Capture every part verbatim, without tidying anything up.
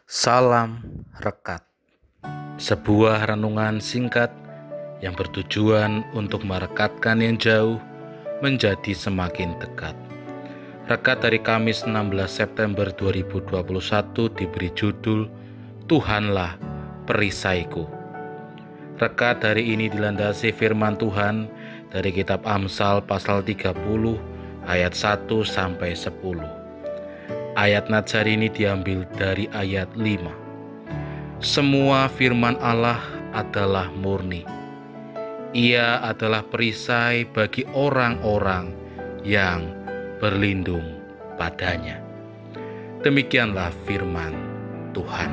Salam Rekat, sebuah renungan singkat yang bertujuan untuk merekatkan yang jauh menjadi semakin dekat. Rekat dari Kamis enam belas September dua ribu dua puluh satu diberi judul Tuhanlah Perisaiku. Rekat hari ini dilandasi firman Tuhan dari kitab Amsal pasal tiga puluh ayat satu sampai sepuluh. Ayat Nazar ini diambil dari ayat lima. Semua firman Allah adalah murni. Ia adalah perisai bagi orang-orang yang berlindung padanya. Demikianlah firman Tuhan.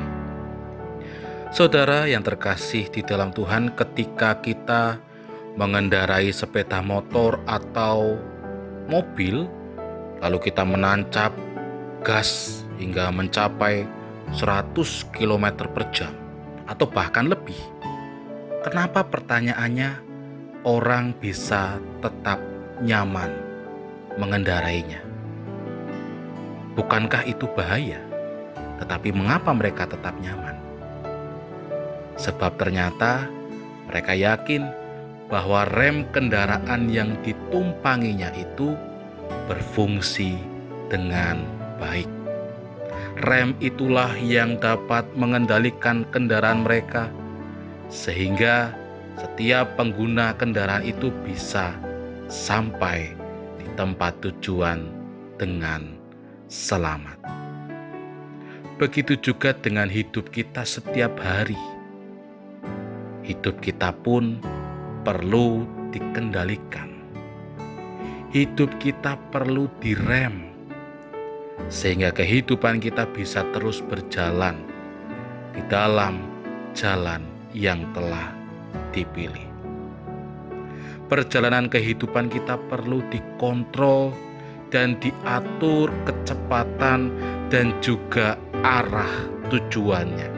Saudara yang terkasih di dalam Tuhan, ketika kita mengendarai sepeda motor atau mobil, lalu kita menancap gas hingga mencapai seratus kilometer per jam atau bahkan lebih. Kenapa, pertanyaannya, orang bisa tetap nyaman mengendarainya? Bukankah itu bahaya? Tetapi mengapa mereka tetap nyaman? Sebab ternyata mereka yakin bahwa rem kendaraan yang ditumpanginya itu berfungsi dengan baik. Rem itulah yang dapat mengendalikan kendaraan mereka, sehingga setiap pengguna kendaraan itu bisa sampai di tempat tujuan dengan selamat. Begitu juga dengan hidup kita setiap hari. Hidup kita pun perlu dikendalikan. Hidup kita perlu direm, sehingga kehidupan kita bisa terus berjalan di dalam jalan yang telah dipilih. Perjalanan kehidupan kita perlu dikontrol dan diatur kecepatan dan juga arah tujuannya.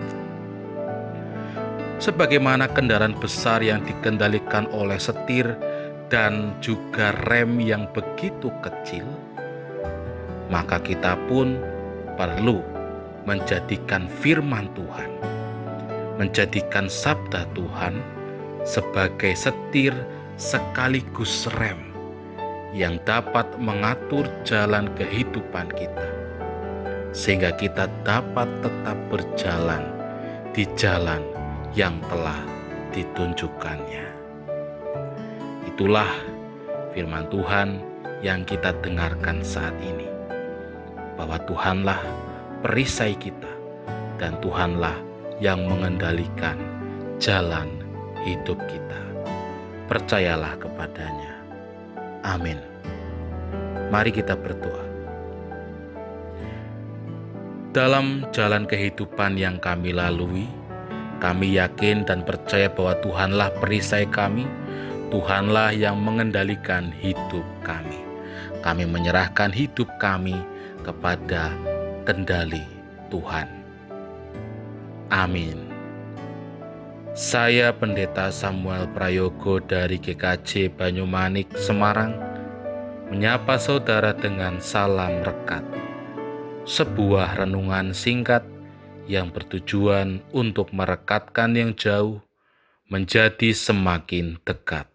Sebagaimana kendaraan besar yang dikendalikan oleh setir dan juga rem yang begitu kecil, maka kita pun perlu menjadikan firman Tuhan, menjadikan sabda Tuhan sebagai setir sekaligus rem yang dapat mengatur jalan kehidupan kita, sehingga kita dapat tetap berjalan di jalan yang telah ditunjukkannya. Itulah firman Tuhan yang kita dengarkan saat ini, bahwa Tuhanlah perisai kita dan Tuhanlah yang mengendalikan jalan hidup kita. Percayalah kepadanya. Amin. Mari kita berdoa. Dalam jalan kehidupan yang kami lalui, kami yakin dan percaya bahwa Tuhanlah perisai kami, Tuhanlah yang mengendalikan hidup kami. Kami menyerahkan hidup kami kepada kendali Tuhan. Amin. Saya Pendeta Samuel Prayogo dari G K J Banyumanik, Semarang, menyapa saudara dengan salam rekat, sebuah renungan singkat yang bertujuan untuk merekatkan yang jauh menjadi semakin dekat.